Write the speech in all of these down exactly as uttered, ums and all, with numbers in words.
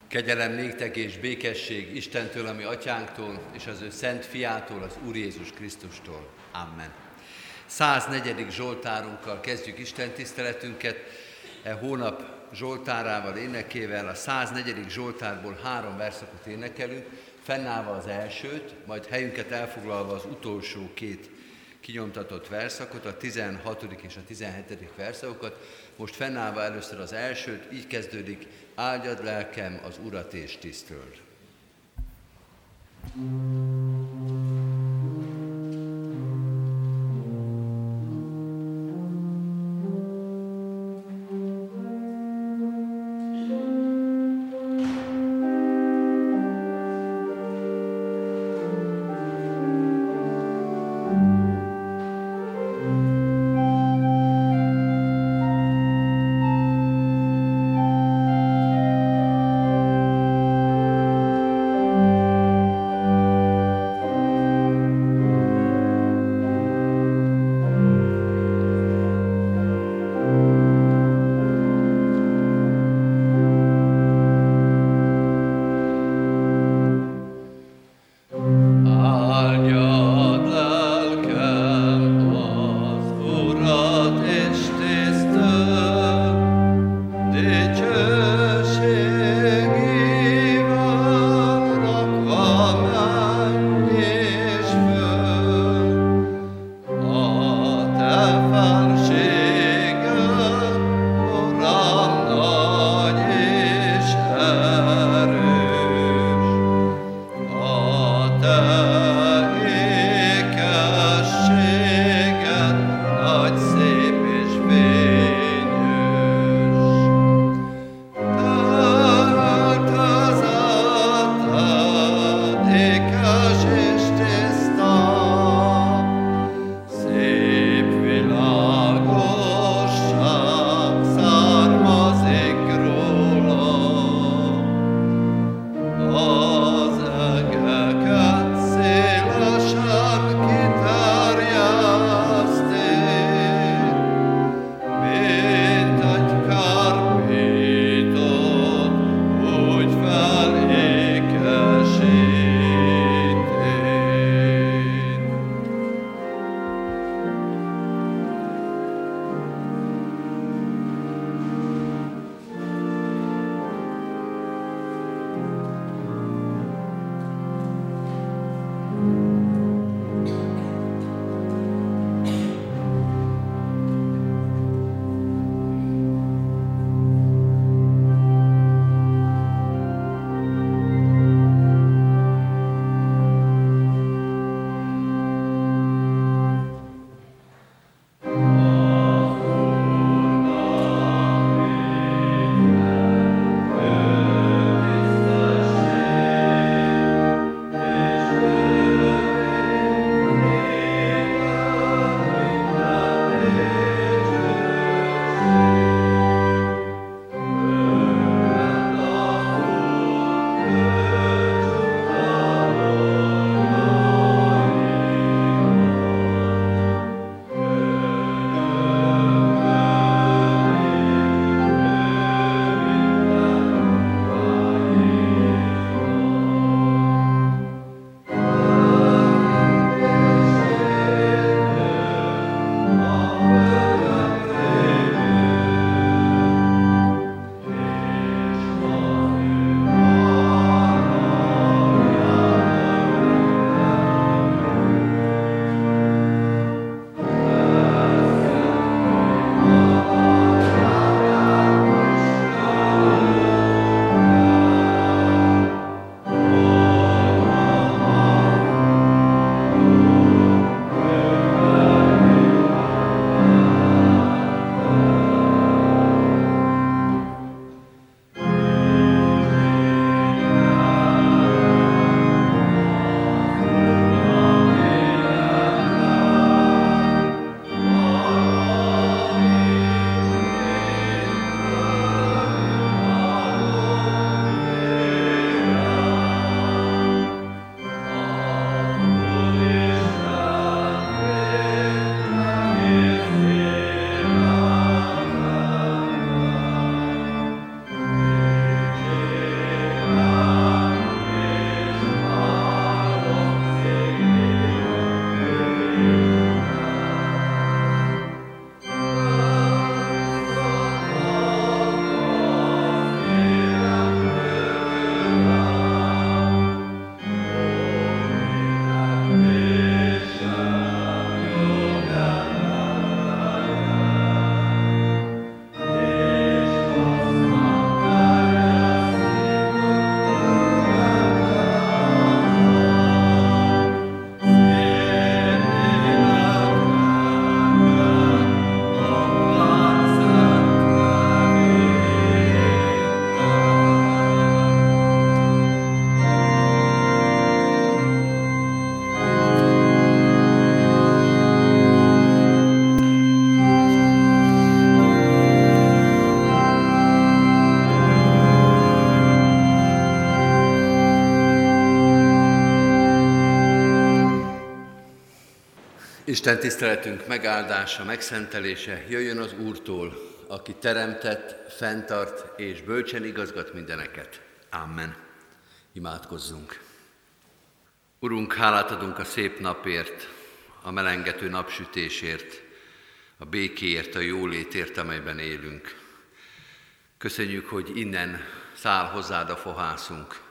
Kegyelem néktek és békesség Istentől, a mi atyánktól, és az ő szent fiától, az Úr Jézus Krisztustól. Amen. száznegyedik Zsoltárunkkal kezdjük Isten tiszteletünket. E hónap Zsoltárával, énekével a száznegyedik Zsoltárból három verszakot énekelünk, fennállva az elsőt, majd helyünket elfoglalva az utolsó két kinyomtatott verszakot, a tizenhatodik és a tizenhetedik verszakokat. Most fennállva először az elsőt, így kezdődik: áldjad lelkem az Urat és tiszteld. Thank you. Isten tiszteletünk megáldása, megszentelése jöjjön az Úrtól, aki teremtett, fenntart és bölcsen igazgat mindeneket. Amen. Imádkozzunk. Urunk, hálát adunk a szép napért, a melengető napsütésért, a békéért, a jólétért, amelyben élünk. Köszönjük, hogy innen száll hozzád a fohászunk.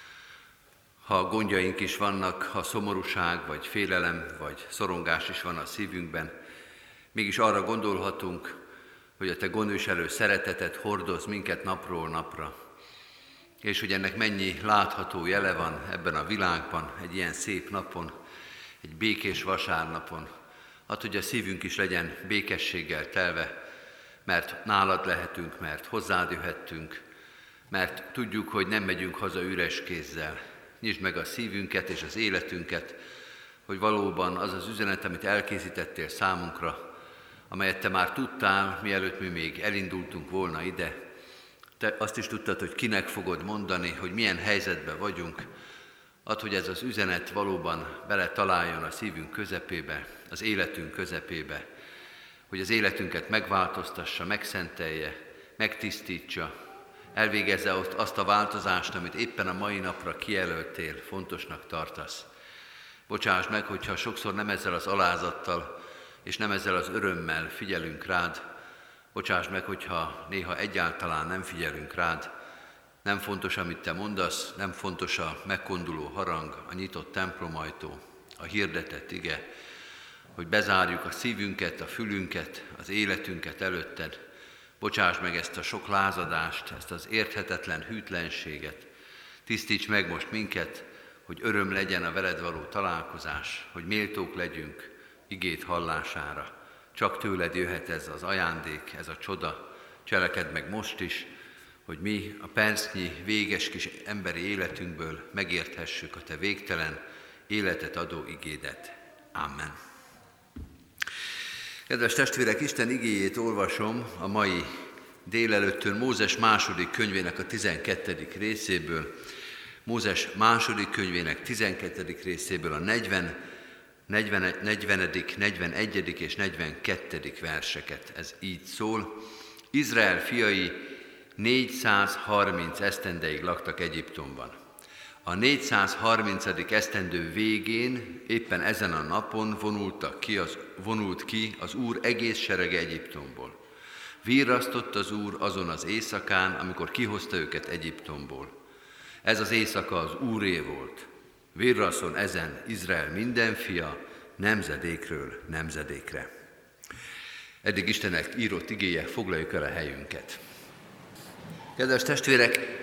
Ha gondjaink is vannak, ha szomorúság, vagy félelem, vagy szorongás is van a szívünkben, mégis arra gondolhatunk, hogy a te gondviselő szereteted hordoz minket napról napra, és hogy ennek mennyi látható jele van ebben a világban, egy ilyen szép napon, egy békés vasárnapon, hát, hogy a szívünk is legyen békességgel telve, mert nálad lehetünk, mert hozzád jöhettünk, mert tudjuk, hogy nem megyünk haza üres kézzel. Nyisd meg a szívünket és az életünket, hogy valóban az az üzenet, amit elkészítettél számunkra, amelyet te már tudtál, mielőtt mi még elindultunk volna ide. Te azt is tudtad, hogy kinek fogod mondani, hogy milyen helyzetben vagyunk. Add, hogy ez az üzenet valóban bele találjon a szívünk közepébe, az életünk közepébe, hogy az életünket megváltoztassa, megszentelje, megtisztítsa, elvégezze ott azt a változást, amit éppen a mai napra kijelöltél, fontosnak tartasz. Bocsáss meg, hogyha sokszor nem ezzel az alázattal és nem ezzel az örömmel figyelünk rád. Bocsáss meg, hogyha néha egyáltalán nem figyelünk rád. Nem fontos, amit te mondasz, nem fontos a megkonduló harang, a nyitott templomajtó, a hirdetett ige, hogy bezárjuk a szívünket, a fülünket, az életünket előtted. Bocsáss meg ezt a sok lázadást, ezt az érthetetlen hűtlenséget. Tisztíts meg most minket, hogy öröm legyen a veled való találkozás, hogy méltók legyünk igét hallására. Csak tőled jöhet ez az ajándék, ez a csoda. Cselekedd meg most is, hogy mi a percnyi, véges kis emberi életünkből megérthessük a te végtelen, életet adó igédet. Amen. Kedves testvérek, Isten igéjét olvasom a mai délelőttön Mózes második könyvének a tizenkettedik részéből, Mózes második könyvének tizenkettedik részéből a negyven, negyvenedik, negyvenegyedik és negyvenkettedik verseket. Ez így szól. Izrael fiai négyszázharminc esztendeig laktak Egyiptomban. A négyszázharmincadik esztendő végén, éppen ezen a napon vonultak ki az, vonult ki az Úr egész serege Egyiptomból. Virrasztott az Úr azon az éjszakán, amikor kihozta őket Egyiptomból. Ez az éjszaka az Úré volt. Virrasszon ezen Izrael minden fia, nemzedékről nemzedékre. Eddig Istennek írott igéje, foglaljuk el a helyünket. Kedves testvérek,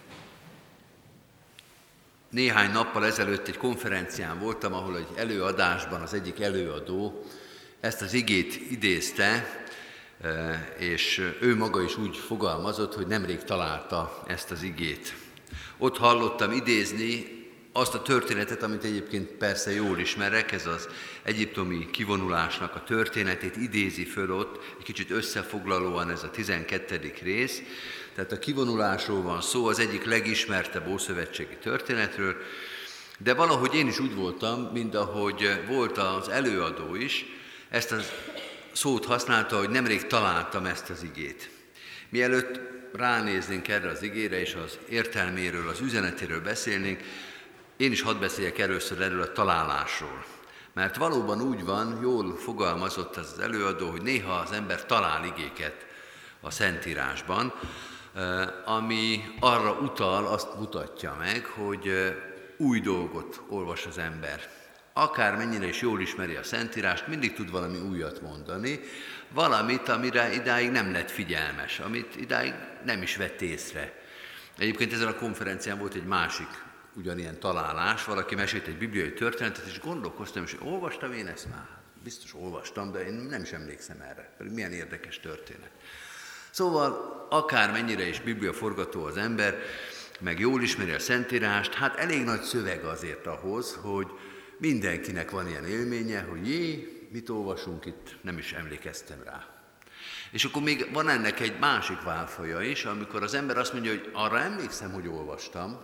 néhány nappal ezelőtt egy konferencián voltam, ahol egy előadásban az egyik előadó ezt az igét idézte, és ő maga is úgy fogalmazott, hogy nemrég találta ezt az igét. Ott hallottam idézni azt a történetet, amit egyébként persze jól ismerek, ez az egyiptomi kivonulásnak a történetét idézi föl ott, egy kicsit összefoglalóan ez a tizenkettedik rész. Tehát a kivonulásról van szó, az egyik legismertebb ószövetségi történetről, de valahogy én is úgy voltam, mint ahogy volt az előadó is, ezt a szót használta, hogy nemrég találtam ezt az igét. Mielőtt ránéznénk erre az igére, és az értelméről, az üzenetéről beszélnénk, én is hadd beszéljek először erről a találásról. Mert valóban úgy van, jól fogalmazott az, az előadó, hogy néha az ember talál igéket a Szentírásban, ami arra utal, azt mutatja meg, hogy új dolgot olvas az ember. Akármennyire is jól ismeri a Szentírást, mindig tud valami újat mondani, valamit, amire idáig nem lett figyelmes, amit idáig nem is vett észre. Egyébként ezen a konferencián volt egy másik ugyanilyen találás, valaki mesélt egy bibliai történetet, és gondolkoztam, és olvastam én ezt már? Biztos olvastam, de én nem is emlékszem erre, pedig milyen érdekes történet. Szóval akármennyire is bibliaforgató az ember, meg jól ismeri a Szentírást, hát elég nagy szöveg azért ahhoz, hogy mindenkinek van ilyen élménye, hogy jé, mit olvasunk itt, nem is emlékeztem rá. És akkor még van ennek egy másik válfaja is, amikor az ember azt mondja, hogy arra emlékszem, hogy olvastam,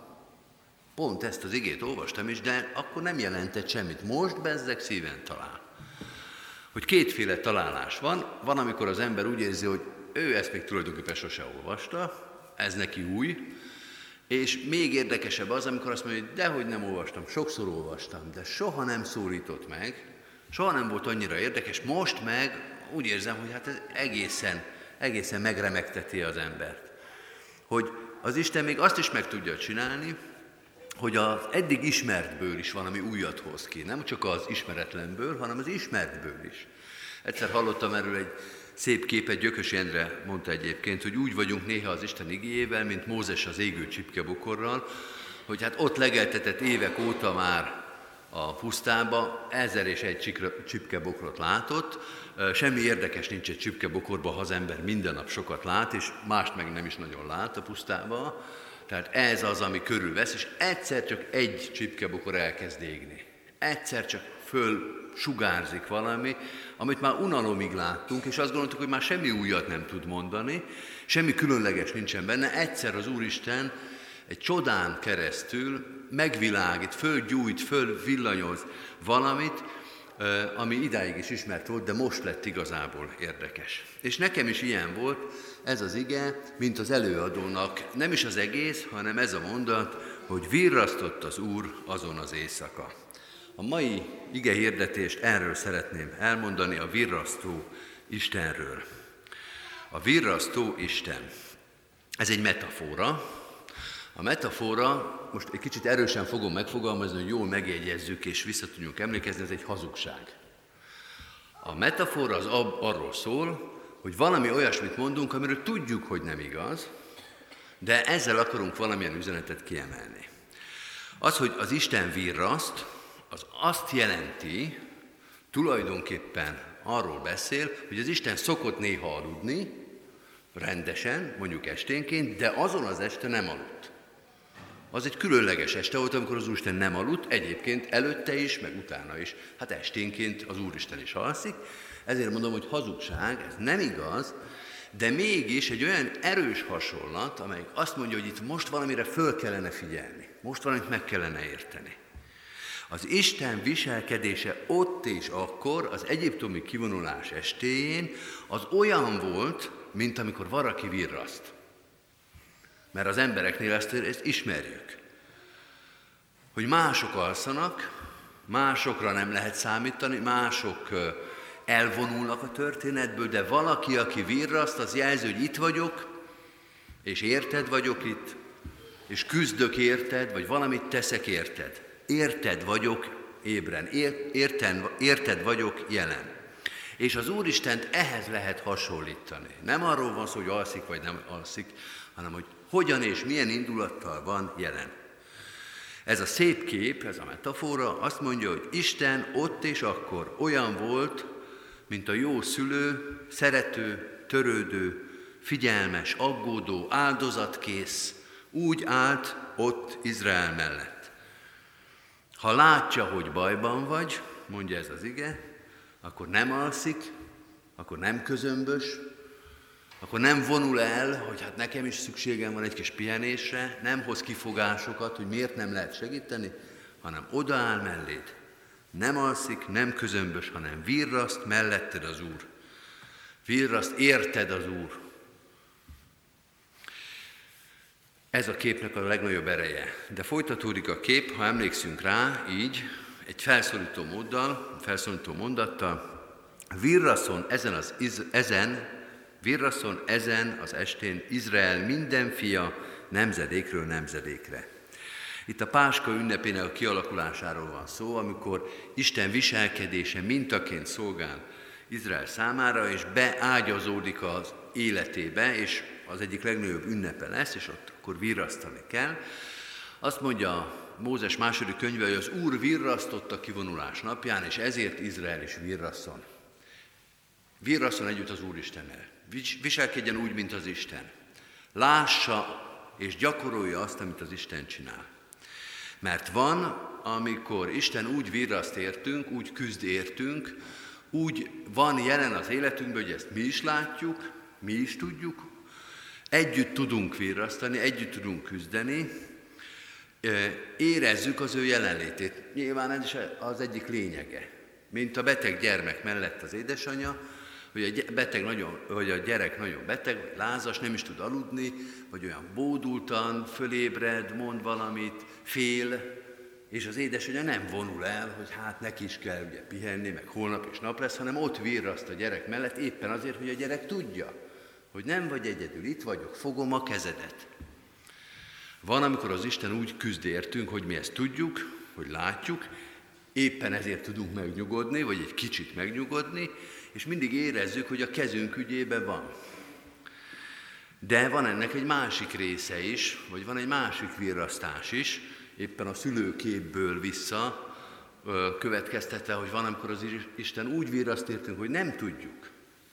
pont ezt az igét olvastam is, de akkor nem jelentett semmit. Most bezzeg szíven talál. hogy kétféle találás van. Van, amikor az ember úgy érzi, hogy ő ezt még tulajdonképpen sose olvasta, ez neki új, és még érdekesebb az, amikor azt mondja, hogy dehogy nem olvastam, sokszor olvastam, de soha nem szólított meg, soha nem volt annyira érdekes, most meg úgy érzem, hogy hát ez egészen, egészen megremegteti az embert. Hogy az Isten még azt is meg tudja csinálni, hogy az eddig ismertből is valami újat hoz ki. Nem csak az ismeretlenből, hanem az ismertből is. Egyszer hallottam erről egy szép képet, Gyökösi Endre mondta egyébként, hogy úgy vagyunk néha az Isten igéjével, mint Mózes az égő csipkebokorral, hogy hát ott legeltetett évek óta már a pusztába, ezer és egy csipkebokrot látott, semmi érdekes nincs egy csipkebokorban, ha az ember minden nap sokat lát, és mást meg nem is nagyon lát a pusztába. Tehát ez az, ami körülvesz, és egyszer csak egy csipkebokor elkezd égni. Egyszer csak föl sugárzik valami, amit már unalomig láttunk, és azt gondoltuk, hogy már semmi újat nem tud mondani, semmi különleges nincsen benne. Egyszer az Úristen egy csodán keresztül megvilágít, fölgyújt, fölvillanyoz valamit, ami idáig is ismert volt, de most lett igazából érdekes. És nekem is ilyen volt ez az ige, mint az előadónak, nem is az egész, hanem ez a mondat, hogy virrasztott az Úr azon az éjszaka. A mai ige hirdetést erről szeretném elmondani, a virrasztó Istenről. A virrasztó Isten. Ez egy metafora. A metafora, most egy kicsit erősen fogom megfogalmazni, hogy jól megjegyezzük és vissza tudjunk emlékezni, ez egy hazugság. A metafora az arról szól, hogy valami olyasmit mondunk, amiről tudjuk, hogy nem igaz, de ezzel akarunk valamilyen üzenetet kiemelni. Az, hogy az Isten virraszt, az azt jelenti, tulajdonképpen arról beszél, hogy az Isten szokott néha aludni, rendesen, mondjuk esténként, de azon az este nem aludt. Az egy különleges este volt, amikor az Úristen nem aludt, egyébként előtte is, meg utána is. Hát esténként az Úristen is alszik, ezért mondom, hogy hazugság, ez nem igaz, de mégis egy olyan erős hasonlat, amelyik azt mondja, hogy itt most valamire föl kellene figyelni, most valamit meg kellene érteni. Az Isten viselkedése ott és akkor, az egyiptomi kivonulás estéjén, az olyan volt, mint amikor valaki virraszt. Mert az embereknél ezt, ezt ismerjük. Hogy mások alszanak, másokra nem lehet számítani, mások elvonulnak a történetből, de valaki, aki virraszt, az jelzi, hogy itt vagyok, és érted vagyok itt, és küzdök érted, vagy valamit teszek érted. Érted vagyok ébren, érten, érted vagyok jelen. És az Úristent ehhez lehet hasonlítani. Nem arról van szó, hogy alszik vagy nem alszik, hanem hogy hogyan és milyen indulattal van jelen. Ez a szép kép, ez a metafora azt mondja, hogy Isten ott és akkor olyan volt, mint a jó szülő, szerető, törődő, figyelmes, aggódó, áldozatkész, úgy állt ott Izrael mellett. Ha látja, hogy bajban vagy, mondja ez az ige, akkor nem alszik, akkor nem közömbös, akkor nem vonul el, hogy hát nekem is szükségem van egy kis pihenésre, nem hoz kifogásokat, hogy miért nem lehet segíteni, hanem odaáll melléd. Nem alszik, nem közömbös, hanem virraszt melletted az Úr. Virraszt érted az Úr. Ez a képnek a legnagyobb ereje. De folytatódik a kép, ha emlékszünk rá, így, egy felszólító móddal, felszólító mondattal, virraszon ezen, az, ezen, virraszon ezen az estén Izrael minden fia nemzedékről nemzedékre. Itt a Páska ünnepének a kialakulásáról van szó, amikor Isten viselkedése mintaként szolgál Izrael számára, és beágyazódik az életébe, és az egyik legnagyobb ünnepe lesz, és ott akkor virrasztani kell. Azt mondja Mózes második könyve, hogy az Úr virrasztott a kivonulás napján, és ezért Izrael is virrasszon. Virrasszon együtt az Úristennel. Viselkedjen úgy, mint az Isten. Lássa és gyakorolja azt, amit az Isten csinál. Mert van, amikor Isten úgy virraszt értünk, úgy küzd értünk, úgy van jelen az életünkben, hogy ezt mi is látjuk, mi is tudjuk, együtt tudunk virrasztani, együtt tudunk küzdeni, érezzük az ő jelenlétét. Nyilván ez is az egyik lényege. Mint a beteg gyermek mellett az édesanyja, hogy a, beteg nagyon, vagy a gyerek nagyon beteg, vagy lázas, nem is tud aludni, vagy olyan bódultan, fölébred, mond valamit, fél, és az édesanyja nem vonul el, hogy hát neki is kell ugye pihenni, meg holnap is nap lesz, hanem ott virraszt a gyerek mellett, éppen azért, hogy a gyerek tudja, hogy nem vagy egyedül, itt vagyok, fogom a kezedet. Van, amikor az Isten úgy küzd értünk, hogy mi ezt tudjuk, hogy látjuk, éppen ezért tudunk megnyugodni, vagy egy kicsit megnyugodni, és mindig érezzük, hogy a kezünk ügyében van. De van ennek egy másik része is, vagy van egy másik virrasztás is, éppen a szülőképből vissza következtetve, hogy van, amikor az Isten úgy virraszt értünk, hogy nem tudjuk.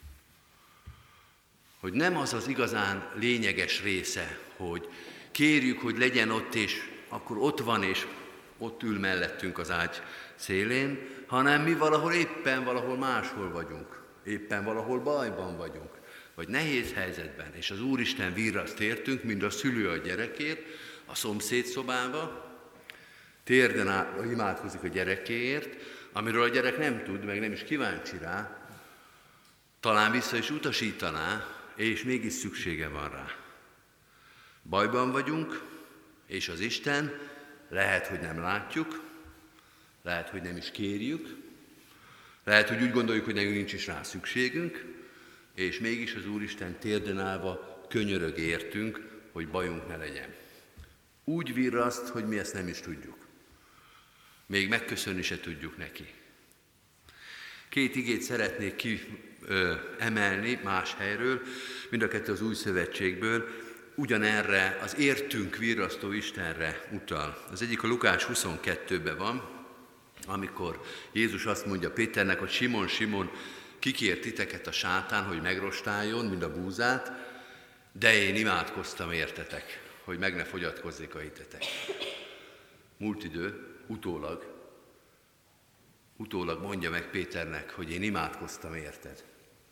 Hogy nem az az igazán lényeges része, hogy kérjük, hogy legyen ott, és akkor ott van, és ott ül mellettünk az ágy szélén, hanem mi valahol éppen valahol máshol vagyunk, éppen valahol bajban vagyunk, vagy nehéz helyzetben, és az Úristen virraszt értünk, mind a szülő a gyerekért, a szomszéd szobába, térden állva imádkozik a gyerekéért, amiről a gyerek nem tud, meg nem is kíváncsi rá, talán vissza is utasítaná, és mégis szüksége van rá. Bajban vagyunk, és az Isten lehet, hogy nem látjuk, lehet, hogy nem is kérjük, lehet, hogy úgy gondoljuk, hogy nekünk nincs is rá szükségünk, és mégis az Úristen térden állva könyörög értünk, hogy bajunk ne legyen. Úgy virraszt, hogy mi ezt nem is tudjuk. Még megköszönni se tudjuk neki. Két igét szeretnék kiemelni más helyről, mind a kettő az Új Szövetségből, ugyanerre az értünk virrasztó Istenre utal. Az egyik a Lukás huszonkettőben van, amikor Jézus azt mondja Péternek, hogy Simon, Simon, kikért titeket a sátán, hogy megrostáljon, mind a búzát, de én imádkoztam értetek, hogy meg ne fogyatkozzék a hitetek. Múlt idő, utólag, utólag mondja meg Péternek, hogy én imádkoztam érted.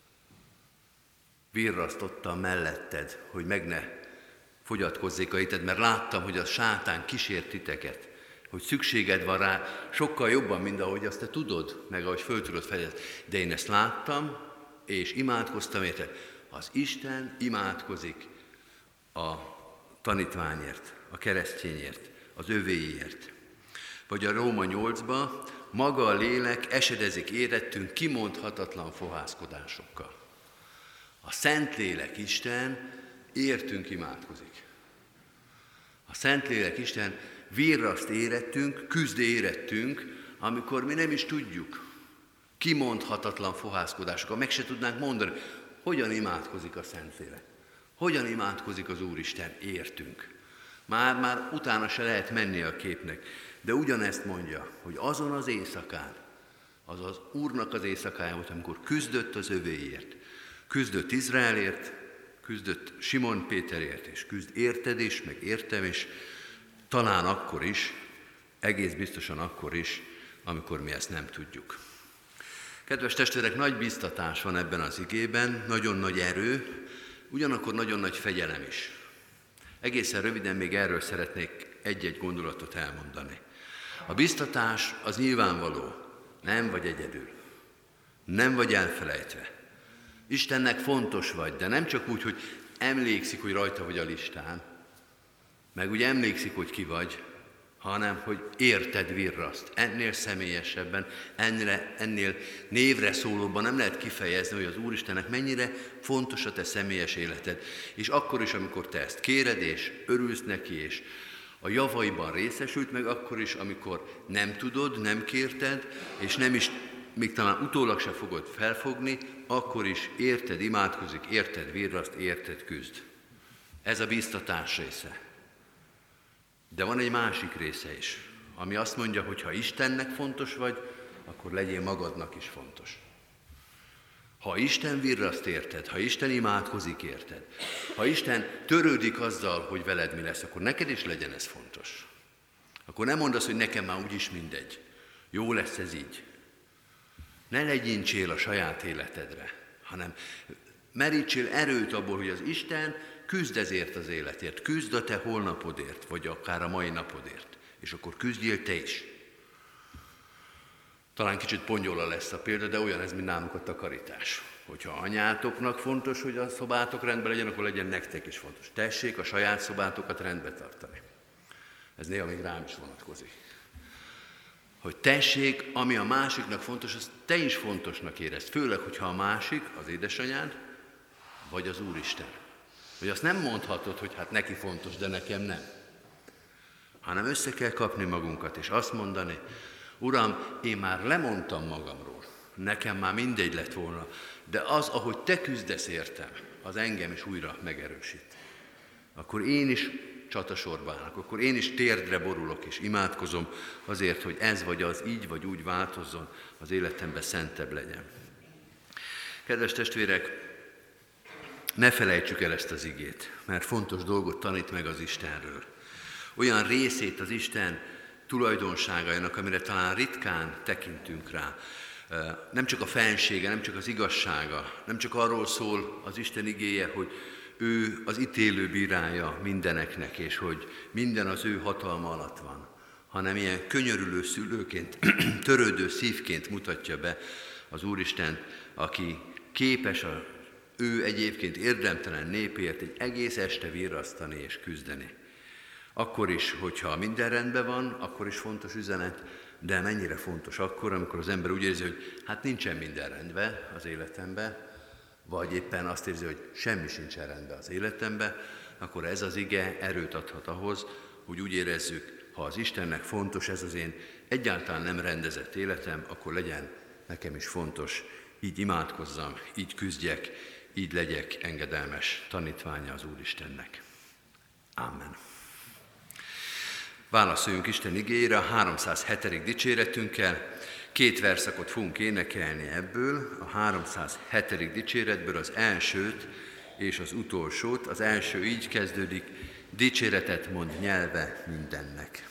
Virrasztottam melletted, hogy meg ne fogyatkozzék a hited, mert láttam, hogy a sátán kísért titeket, hogy szükséged van rá sokkal jobban, mint ahogy azt te tudod, meg ahogy föl tudod fejezni. De én ezt láttam, és imádkoztam érted. Az Isten imádkozik a tanítványért, a keresztényért, az övéért. Vagy a Róma nyolcban, maga a lélek esedezik érettünk kimondhatatlan fohászkodásokkal. A Szentlélek Isten értünk imádkozik. A Szentlélek Isten virraszt érettünk, küzd érettünk, amikor mi nem is tudjuk. Kimondhatatlan fohászkodásokkal, meg se tudnánk mondani, hogyan imádkozik a Szentlélek. Hogyan imádkozik az Úristen értünk. Már-már utána se lehet menni a képnek, de ugyanezt mondja, hogy azon az éjszakán, az az Úrnak az éjszakája volt, amikor küzdött az övéért, küzdött Izraelért, küzdött Simon Péterért, és küzd érted is, meg értem is, talán akkor is, egész biztosan akkor is, amikor mi ezt nem tudjuk. Kedves testvérek, nagy biztatás van ebben az igében, nagyon nagy erő, ugyanakkor nagyon nagy fegyelem is. Egészen röviden még erről szeretnék egy-egy gondolatot elmondani. A biztatás az nyilvánvaló, nem vagy egyedül, nem vagy elfelejtve. Istennek fontos vagy, de nem csak úgy, hogy emlékszik, hogy rajta vagy a listán, meg úgy emlékszik, hogy ki vagy, hanem hogy érted virraszt. Ennél személyesebben, ennél, ennél névre szólóban nem lehet kifejezni, hogy az Úristennek mennyire fontos a te személyes életed. És akkor is, amikor te ezt kéred, és örülsz neki, és a javaiban részesült, meg akkor is, amikor nem tudod, nem kérted, és nem is, még talán utólag se fogod felfogni, akkor is érted, imádkozik, érted, virraszt, érted, küzd. Ez a biztatás része. De van egy másik része is, ami azt mondja, hogy ha Istennek fontos vagy, akkor legyél magadnak is fontos. Ha Isten virraszt érted, ha Isten imádkozik érted, ha Isten törődik azzal, hogy veled mi lesz, akkor neked is legyen ez fontos. Akkor nem mondd azt, hogy nekem már úgyis mindegy. Jó lesz ez így. Ne legyintsél a saját életedre, hanem merítsél erőt abból, hogy az Isten küzd ezért az életért, küzd a te holnapodért, vagy akár a mai napodért, és akkor küzdjél te is. Talán kicsit pongyola lesz a példa, de olyan ez, mint nálunk a takarítás. Hogyha anyátoknak fontos, hogy a szobátok rendben legyen, akkor legyen nektek is fontos. Tessék a saját szobátokat rendbe tartani. Ez néha még rám is vonatkozik. Hogy tessék, ami a másiknak fontos, azt te is fontosnak érezd. Főleg, hogyha a másik, az édesanyád, vagy az Úristen. Hogy azt nem mondhatod, hogy hát neki fontos, de nekem nem. Hanem össze kell kapni magunkat, és azt mondani, Uram, én már lemondtam magamról, nekem már mindegy lett volna, de az, ahogy te küzdesz értem, az engem is újra megerősít. Akkor én is csatasorba állok, akkor én is térdre borulok és imádkozom azért, hogy ez vagy az így vagy úgy változzon, az életemben szentebb legyen. Kedves testvérek, ne felejtsük el ezt az igét, mert fontos dolgot tanít meg az Istenről. Olyan részét az Isten tulajdonságainak, amire talán ritkán tekintünk rá. Nem csak a fensége, nem csak az igazsága, nem csak arról szól az Isten igéje, hogy ő az ítélő bírája mindeneknek, és hogy minden az ő hatalma alatt van, hanem ilyen könyörülő szülőként, törődő szívként mutatja be az Úristent, aki képes a ő egyébként érdemtelen népért egy egész este virrasztani és küzdeni. Akkor is, hogyha minden rendben van, akkor is fontos üzenet, de mennyire fontos akkor, amikor az ember úgy érzi, hogy hát nincsen minden rendben az életemben, vagy éppen azt érzi, hogy semmi sincsen rendben az életemben, akkor ez az ige erőt adhat ahhoz, hogy úgy érezzük, ha az Istennek fontos ez az én egyáltalán nem rendezett életem, akkor legyen nekem is fontos, így imádkozzam, így küzdjek, így legyek engedelmes tanítványa az Úristennek. Amen. Válaszoljunk Isten igéjére a háromszázhetedik dicséretünkkel. Két verszakot fogunk énekelni ebből, a háromszázhetedik dicséretből az elsőt és az utolsót. Az első így kezdődik, dicséretet mond nyelve mindennek.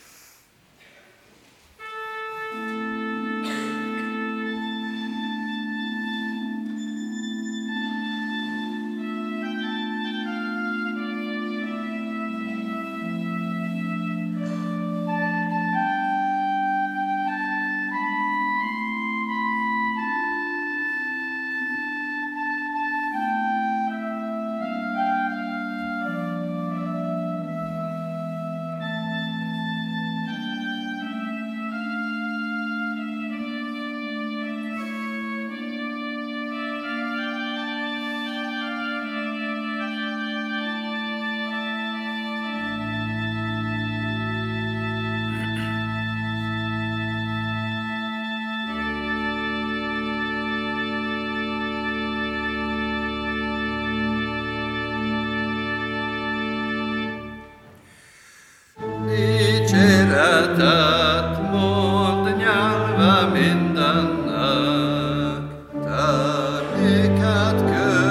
Dicséretet mond nyelve mindennek, terméket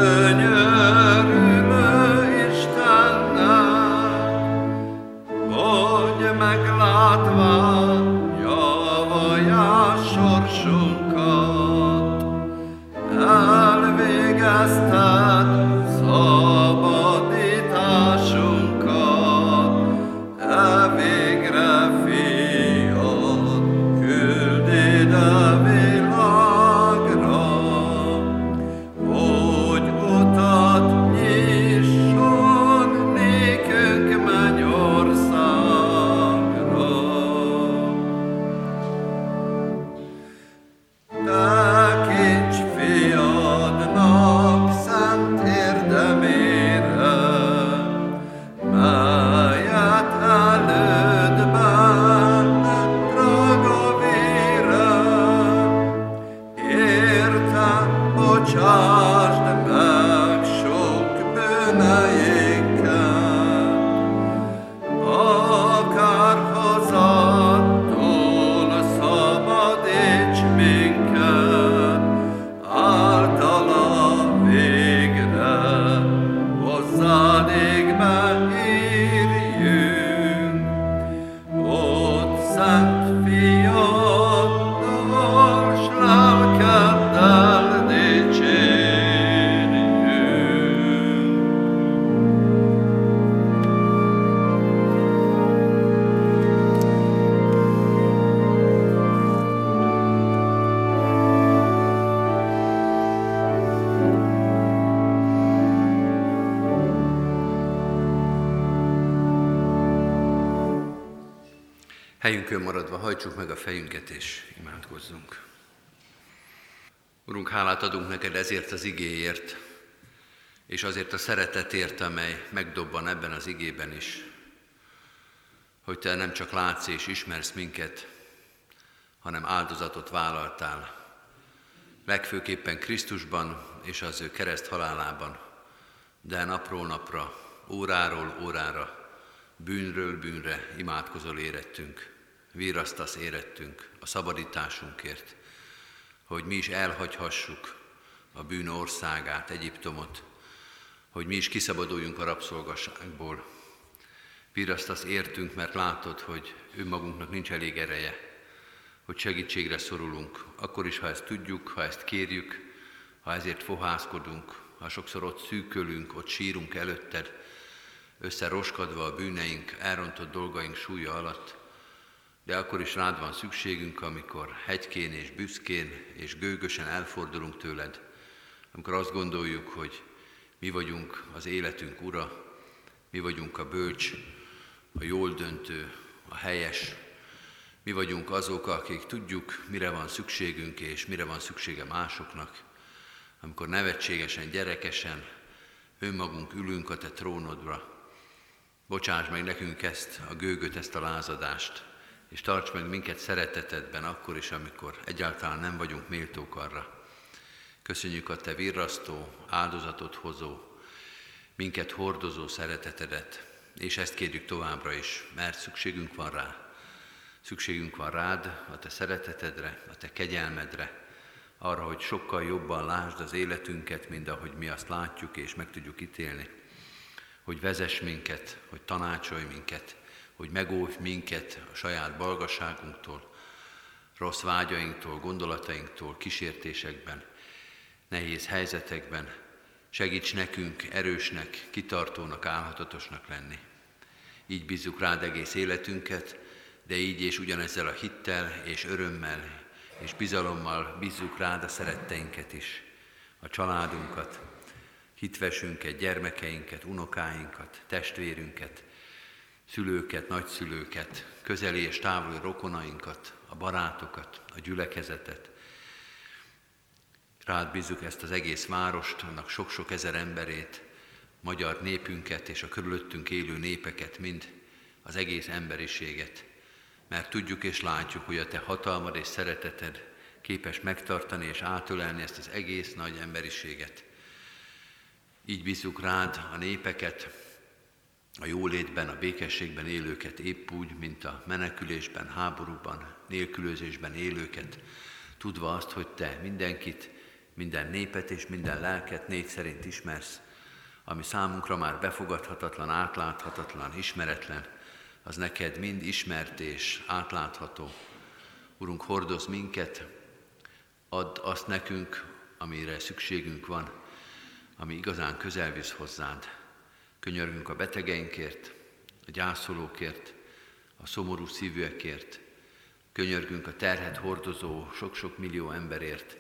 könyörülő Istennek, hogy meglátván javalják sorsunkat, elvégezted szabadításunkat, e végre fiad küldéd a világra, hogy utat nyisson nékünk mennyországra. Tekints fiadnak szent érdemét, Helyünkön maradva hajtsuk meg a fejünket és imádkozzunk. Urunk, hálát adunk neked ezért az igéért, és azért a szeretetért, amely megdobban ebben az igében is, hogy te nem csak látsz és ismersz minket, hanem áldozatot vállaltál, legfőképpen Krisztusban és az ő kereszt halálában, de napról napra, óráról órára, bűnről bűnre imádkozol érettünk, virrasztasz érettünk a szabadításunkért, hogy mi is elhagyhassuk a bűn országát, Egyiptomot, hogy mi is kiszabaduljunk a rabszolgaságból. Virrasztasz értünk, mert látod, hogy önmagunknak nincs elég ereje, hogy segítségre szorulunk, akkor is, ha ezt tudjuk, ha ezt kérjük, ha ezért fohászkodunk, ha sokszor ott szűkölünk, ott sírunk előtted, összeroskadva a bűneink, elrontott dolgaink súlya alatt, de akkor is rád van szükségünk, amikor hegykén és büszkén és gőgösen elfordulunk tőled, amikor azt gondoljuk, hogy mi vagyunk az életünk ura, mi vagyunk a bölcs, a jól döntő, a helyes, mi vagyunk azok, akik tudjuk, mire van szükségünk és mire van szüksége másoknak, amikor nevetségesen, gyerekesen önmagunk ülünk a te trónodra. Bocsáss meg nekünk ezt a gőgöt, ezt a lázadást, és tarts meg minket szeretetedben akkor is, amikor egyáltalán nem vagyunk méltók arra. Köszönjük a te virrasztó, áldozatot hozó, minket hordozó szeretetedet, és ezt kérjük továbbra is, mert szükségünk van rá. Szükségünk van rád, a te szeretetedre, a te kegyelmedre, arra, hogy sokkal jobban lásd az életünket, mint ahogy mi azt látjuk és meg tudjuk ítélni. Hogy vezess minket, hogy tanácsolj minket, hogy megóvj minket a saját balgaságunktól, rossz vágyainktól, gondolatainktól, kísértésekben, nehéz helyzetekben. Segíts nekünk erősnek, kitartónak, álhatatosnak lenni. Így bízzuk rád egész életünket, de így és ugyanezzel a hittel és örömmel és bizalommal bízzuk rád a szeretteinket is, a családunkat, hitvesünket, gyermekeinket, unokáinkat, testvérünket, szülőket, nagyszülőket, közeli és távoli rokonainkat, a barátokat, a gyülekezetet. Rád bízzuk ezt az egész várost, annak sok-sok ezer emberét, magyar népünket és a körülöttünk élő népeket, mind az egész emberiséget. Mert tudjuk és látjuk, hogy a te hatalmad és szereteted képes megtartani és átölelni ezt az egész nagy emberiséget. Így bízzuk rád a népeket, a jólétben, a békességben élőket épp úgy, mint a menekülésben, háborúban, nélkülözésben élőket, tudva azt, hogy te mindenkit, minden népet és minden lelket név szerint ismersz, ami számunkra már befogadhatatlan, átláthatatlan, ismeretlen, az neked mind ismert és átlátható. Urunk, hordozz minket, add azt nekünk, amire szükségünk van, ami igazán közel visz hozzád. Könyörgünk a betegeinkért, a gyászolókért, a szomorú szívűekért, könyörgünk a terhet hordozó sok-sok millió emberért.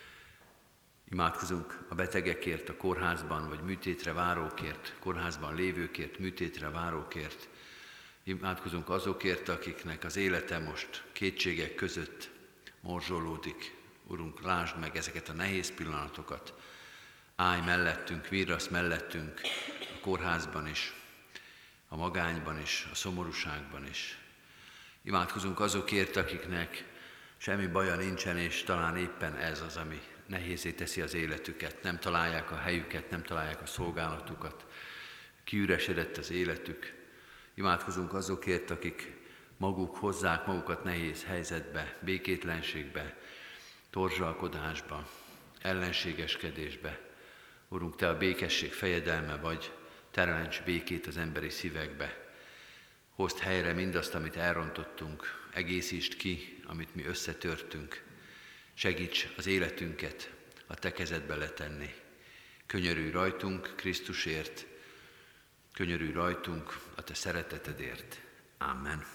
Imádkozunk a betegekért, a kórházban vagy műtétre várókért, kórházban lévőkért, műtétre várókért. Imádkozunk azokért, akiknek az élete most kétségek között morzsolódik. Urunk, lásd meg ezeket a nehéz pillanatokat. Állj mellettünk, virrasz mellettünk, a kórházban is, a magányban is, a szomorúságban is. Imádkozunk azokért, akiknek semmi baja nincsen, és talán éppen ez az, ami nehézé teszi az életüket. Nem találják a helyüket, nem találják a szolgálatukat. Kiüresedett az életük. Imádkozunk azokért, akik maguk hozzák magukat nehéz helyzetbe, békétlenségbe, torzsalkodásba, ellenségeskedésbe. Urunk, te a békesség fejedelme vagy, teremts békét az emberi szívekbe. Hozd helyre mindazt, amit elrontottunk, egészítsd ki, amit mi összetörtünk. Segíts az életünket a te kezedbe letenni. Könyörülj rajtunk Krisztusért, könyörülj rajtunk a te szeretetedért. Amen.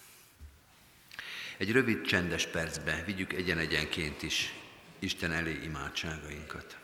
Egy rövid, csendes percbe vigyük egyen-egyenként is Isten elé imádságainkat.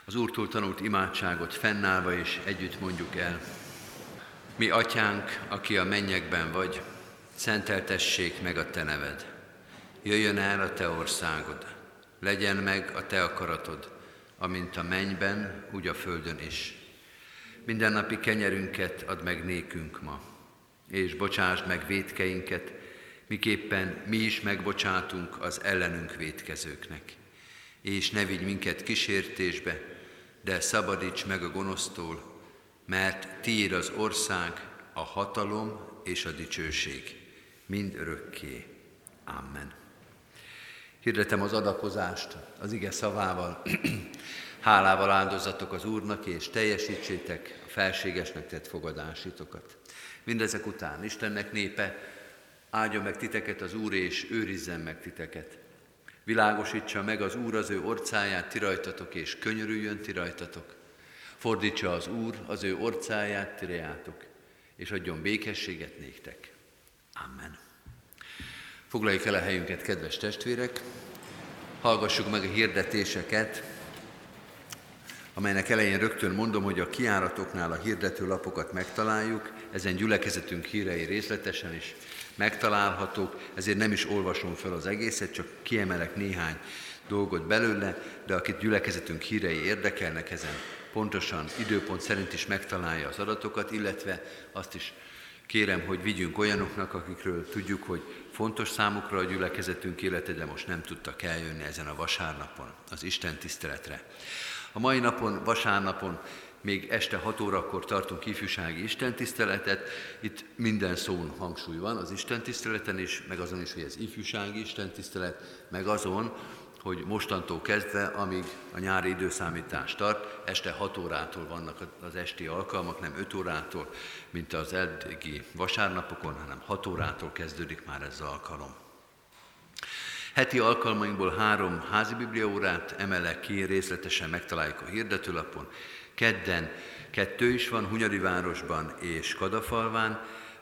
Az Úrtól tanult imádságot fennállva és együtt mondjuk el. Mi atyánk, aki a mennyekben vagy, szenteltessék meg a te neved. Jöjjön el a te országod, legyen meg a te akaratod, amint a mennyben, úgy a földön is. Mindennapi kenyerünket add meg nékünk ma, és bocsásd meg vétkeinket, miképpen mi is megbocsátunk az ellenünk vétkezőknek. És ne vigy minket kísértésbe, de szabadíts meg a gonosztól, mert tiéd az ország, a hatalom és a dicsőség, mind örökké. Amen. Hirdetem az adakozást az ige szavával. Hálával áldozatok az Úrnak, és teljesítsétek a felségesnek tett fogadásitokat. Mindezek után Istennek népe, áldja meg titeket az Úr, és őrizzen meg titeket. Világosítsa meg az Úr az ő orcáját ti rajtatok, és könyörüljön ti rajtatok. Fordítsa az Úr az ő orcáját ti reátok, és adjon békességet néktek. Amen. Foglaljuk el a helyünket, kedves testvérek, hallgassuk meg a hirdetéseket, amelynek elején rögtön mondom, hogy a kijáratoknál a hirdetőlapokat megtaláljuk, ezen gyülekezetünk hírei részletesen is megtalálhatók, ezért nem is olvasom fel az egészet, csak kiemelek néhány dolgot belőle, de akit gyülekezetünk hírei érdekelnek, ezen pontosan időpont szerint is megtalálja az adatokat, illetve azt is kérem, hogy vigyünk olyanoknak, akikről tudjuk, hogy fontos számukra a gyülekezetünk élete, de most nem tudtak eljönni ezen a vasárnapon az Isten tiszteletre. A mai napon, vasárnapon még este hat órakor tartunk ifjúsági istentiszteletet. Itt minden szón hangsúly van az istentiszteleten is, meg azon is, hogy ez ifjúsági istentisztelet, meg azon, hogy mostantól kezdve, amíg a nyári időszámítás tart, este hat órától vannak az esti alkalmak, nem öt órától, mint az eddigi vasárnapokon, hanem hat órától kezdődik már ez az alkalom. Heti alkalmainkból három házi bibliaórát emelek ki, részletesen megtaláljuk a hirdetőlapon. Kedden kettő is van, Hunyadivárosban és Kadafalván,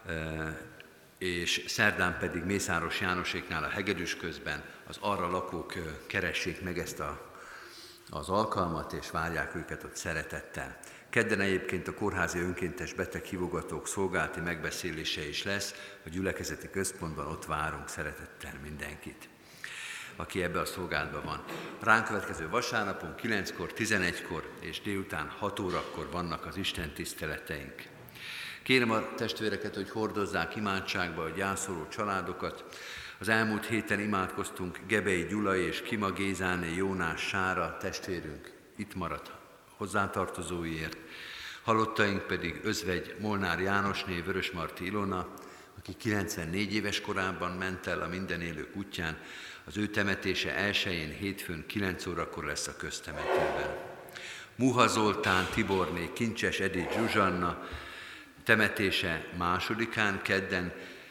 és szerdán pedig Mészáros Jánoséknál a hegedűs közben az arra lakók keressék meg ezt a, az alkalmat, és várják őket ott szeretettel. Kedden egyébként a kórházi önkéntes beteghívogatók szolgálati megbeszélése is lesz, a gyülekezeti központban ott várunk szeretettel mindenkit, aki ebbe a szolgálatban van. Ránk következő vasárnapon kilenckor, tizenegykor és délután hat órakor vannak az Isten tiszteleteink. Kérem a testvéreket, hogy hordozzák imádságba a gyászoló családokat. Az elmúlt héten imádkoztunk Gebei Gyula és Kima Gézáné Jónás Sára testvérünk itt maradt hozzátartozóiért. Halottaink pedig Özvegy Molnár Jánosné, Vörösmarty Ilona, aki kilencvennégy éves korában ment el a minden élők útján. Az ő temetése elsején hétfőn kilenc órakor lesz a köztemetőben. Muha Zoltán, Tiborné, Kincses Edith Zsuzsanna temetése másodikán, kedden,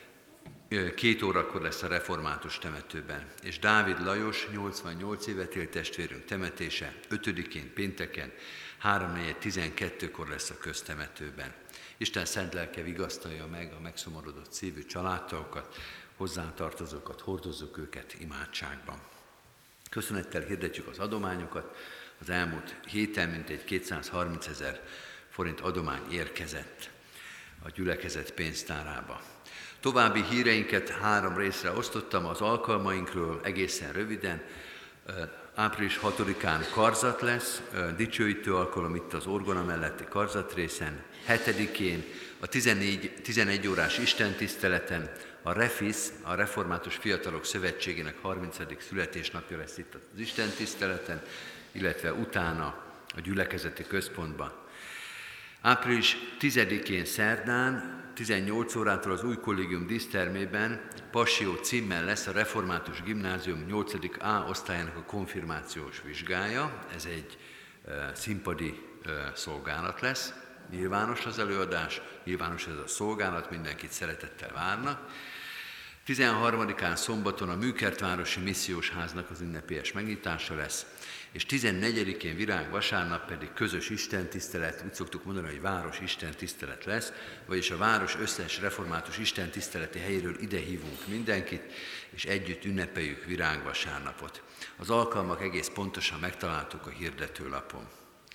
két órakor lesz a református temetőben. És Dávid Lajos, nyolcvannyolc évet élt testvérünk temetése ötödikén, pénteken, három négy tizenkettőkor lesz a köztemetőben. Isten szent lelke vigasztalja meg a megszomorodott szívű családtagokat, hozzátartozókat, hordozzuk őket imádságban. Köszönettel hirdetjük az adományokat. Az elmúlt héten mintegy kétszázharminc ezer forint adomány érkezett a gyülekezet pénztárába. További híreinket három részre osztottam az alkalmainkról egészen röviden. április hatodikán karzat lesz, dicsőítő alkalom itt az orgona melletti karzatrészen. hetedikén a tizenegy órás istentiszteleten a Refisz, a Református Fiatalok Szövetségének harmincadik születésnapja lesz itt az istentiszteleten, illetve utána a gyülekezeti központban. április tizedikén szerdán, tizennyolc órától az új kollégium dísztermében Passió címmel lesz a Református Gimnázium nyolcadik A osztályának a konfirmációs vizsgája. Ez egy e, színpadi e, szolgálat lesz. Nyilvános az előadás, nyilvános ez a szolgálat, mindenkit szeretettel várnak. tizenharmadikán szombaton a Műkertvárosi Missziós Háznak az ünnepélyes megnyitása lesz, és tizennegyedikén virág vasárnap pedig közös istentisztelet, úgy szoktuk mondani, hogy város istentisztelet lesz, vagyis a város összes református istentiszteleti helyéről ide hívunk mindenkit, és együtt ünnepeljük virág vasárnapot. Az alkalmak egész pontosan megtaláltuk a hirdetőlapon.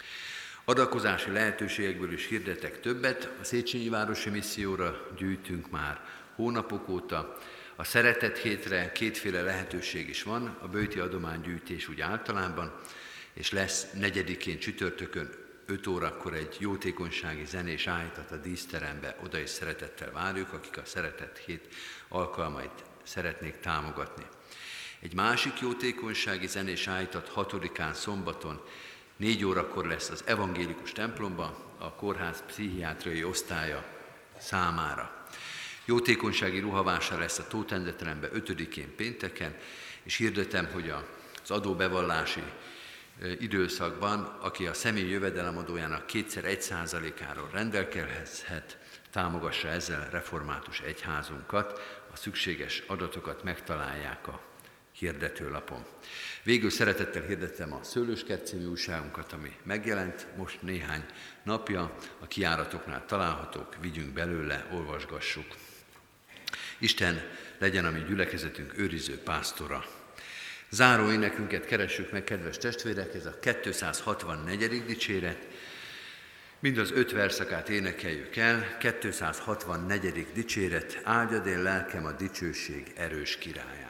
Adakozási lehetőségekből is hirdetek többet. A Széchenyi Városi Misszióra gyűjtünk már hónapok óta. A Szeretet Hétre kétféle lehetőség is van, a böjti adománygyűjtés úgy általában, és lesz negyedikén csütörtökön öt órakor egy jótékonysági zenés áhítat a díszterembe, oda is szeretettel várjuk, akik a Szeretet Hét alkalmait szeretnék támogatni. Egy másik jótékonysági zenés áhítat hatodikán szombaton négy órakor lesz az evangélikus templomban, a kórház pszichiátriai osztálya számára. Jótékonysági ruhavásár lesz a Tóth-Endre-teremben ötödikén pénteken, és hirdetem, hogy az adóbevallási időszakban, aki a személyi jövedelemadójának kétszer egy százalékáról rendelkezhet, támogassa ezzel református egyházunkat, a szükséges adatokat megtalálják a hirdetőlapon. Végül szeretettel hirdettem a Szőlőskert című újságunkat, ami megjelent most néhány napja, a kijáratoknál találhatók, vigyünk belőle, olvasgassuk. Isten legyen a mi gyülekezetünk őriző pásztora. Záró énekünket keressük meg, kedves testvérek, ez a kétszázhatvannegyedik dicséret. Mind az öt verszakát énekeljük el. kétszázhatvannegyedik dicséret, áldjad én lelkem a dicsőség erős királyát.